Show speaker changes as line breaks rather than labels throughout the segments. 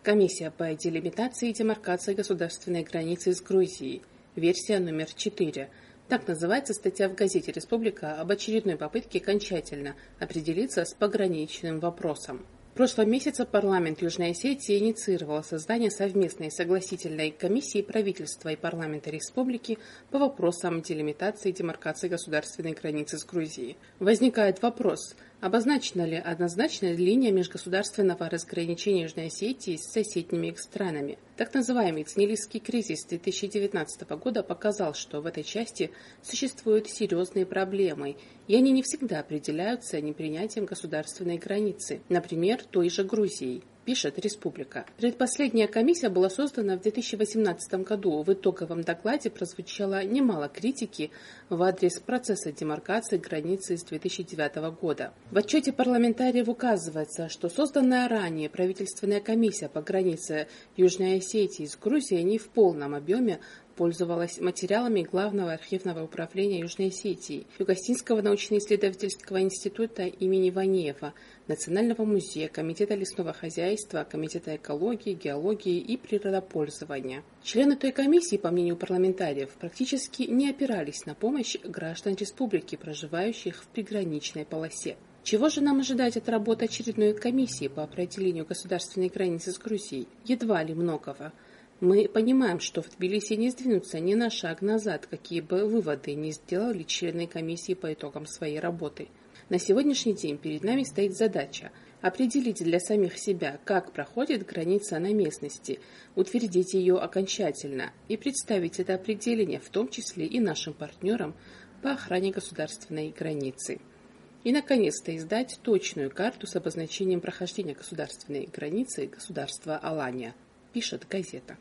Комиссия по делимитации и демаркации государственной границы с Грузией. Версия номер 4. Так называется статья в газете «Республика» об очередной попытке окончательно определиться с пограничным вопросом. В прошлом месяце парламент Южной Осетии инициировал создание совместной согласительной комиссии правительства и парламента республики по вопросам делимитации и демаркации государственной границы с Грузией. Возникает вопрос, обозначена ли однозначная линия межгосударственного разграничения Южной Осетии с соседними странами. Так называемый Цнилисский кризис 2019 года показал, что в этой части существуют серьезные проблемы, и они не всегда определяются непринятием государственной границы, например, той же Грузией. Пишет «Республика». Предпоследняя комиссия была создана в 2018 году. В итоговом докладе прозвучало немало критики в адрес процесса демаркации границы с 2009 года. В отчете парламентариев указывается, что созданная ранее правительственная комиссия по границе Южной Осетии с Грузией не в полном объеме пользовалась материалами Главного архивного управления Южной Осетии, Юго-Осетинского научно-исследовательского института имени Ванеева, Национального музея, Комитета лесного хозяйства, Комитета экологии, геологии и природопользования. Члены той комиссии, по мнению парламентариев, практически не опирались на помощь граждан республики, проживающих в приграничной полосе. Чего же нам ожидать от работы очередной комиссии по определению государственной границы с Грузией? Едва ли многого. Мы понимаем, что в Тбилиси не сдвинутся ни на шаг назад, какие бы выводы ни сделали члены комиссии по итогам своей работы. На сегодняшний день перед нами стоит задача определить для самих себя, как проходит граница на местности, утвердить ее окончательно и представить это определение в том числе и нашим партнерам по охране государственной границы. И, наконец-то, издать точную карту с обозначением прохождения государственной границы государства Алания, пишет газета.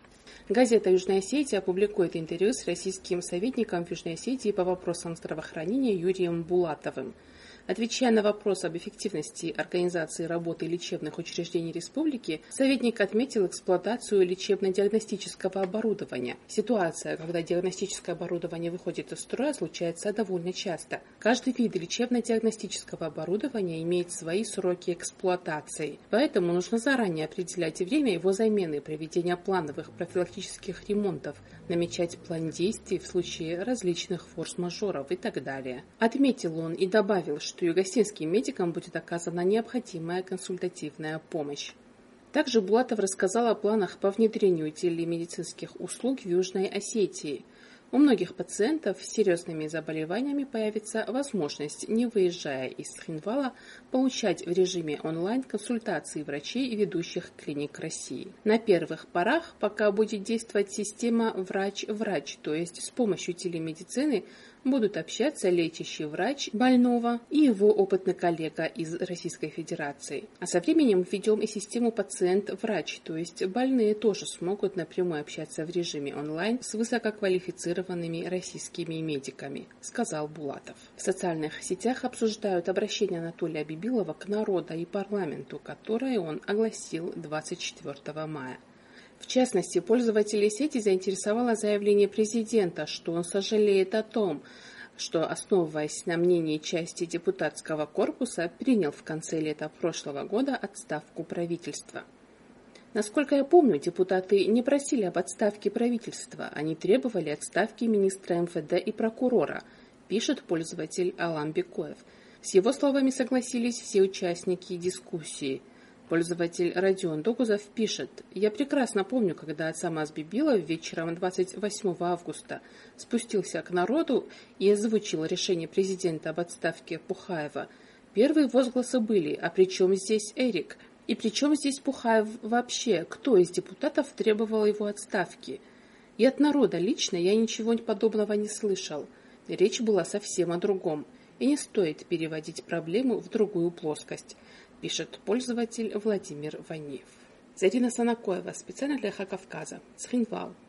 Газета «Южная Осетия» опубликует интервью с российским советником в Южной Осетии по вопросам здравоохранения Юрием Булатовым. Отвечая на вопрос об эффективности организации работы лечебных учреждений республики, советник отметил эксплуатацию лечебно-диагностического оборудования. Ситуация, когда диагностическое оборудование выходит из строя, случается довольно часто. Каждый вид лечебно-диагностического оборудования имеет свои сроки эксплуатации, поэтому нужно заранее определять время его замены, проведения плановых профилактических ремонтов, намечать план действий в случае различных форс-мажоров и так далее. Отметил он и добавил, что юго-осетинским медикам будет оказана необходимая консультативная помощь. Также Булатов рассказал о планах по внедрению телемедицинских услуг в Южной Осетии. У многих пациентов с серьезными заболеваниями появится возможность, не выезжая из Цхинвала, получать в режиме онлайн консультации врачей и ведущих клиник России. На первых порах, пока будет действовать система врач-врач, то есть с помощью телемедицины будут общаться лечащий врач больного и его опытный коллега из Российской Федерации. А со временем введем и систему пациент-врач, то есть больные тоже смогут напрямую общаться в режиме онлайн с высококвалифицированными российскими медиками, сказал Булатов. В социальных сетях обсуждают обращение Анатолия Бибилова к народу и парламенту, которое он огласил 24 мая. В частности, пользователей сети заинтересовало заявление президента, что он сожалеет о том, что, основываясь на мнении части депутатского корпуса, принял в конце лета прошлого года отставку правительства. Насколько я помню, депутаты не просили об отставке правительства, они требовали отставки министра МВД и прокурора, пишет пользователь Алам Бекоев. С его словами согласились все участники дискуссии. Пользователь Родион Догузов пишет: «Я прекрасно помню, когда Самаз Бибилов вечером 28 августа спустился к народу и озвучил решение президента об отставке Пухаева. Первые возгласы были: а при чем здесь Эрик? И при чем здесь Пухаев вообще? Кто из депутатов требовал его отставки? И от народа лично я ничего подобного не слышал. Речь была совсем о другом. И не стоит переводить проблему в другую плоскость», пишет пользователь Владимир Ванеев. Зарина Санакоева, специально для Эхо Кавказа, Цхинвал.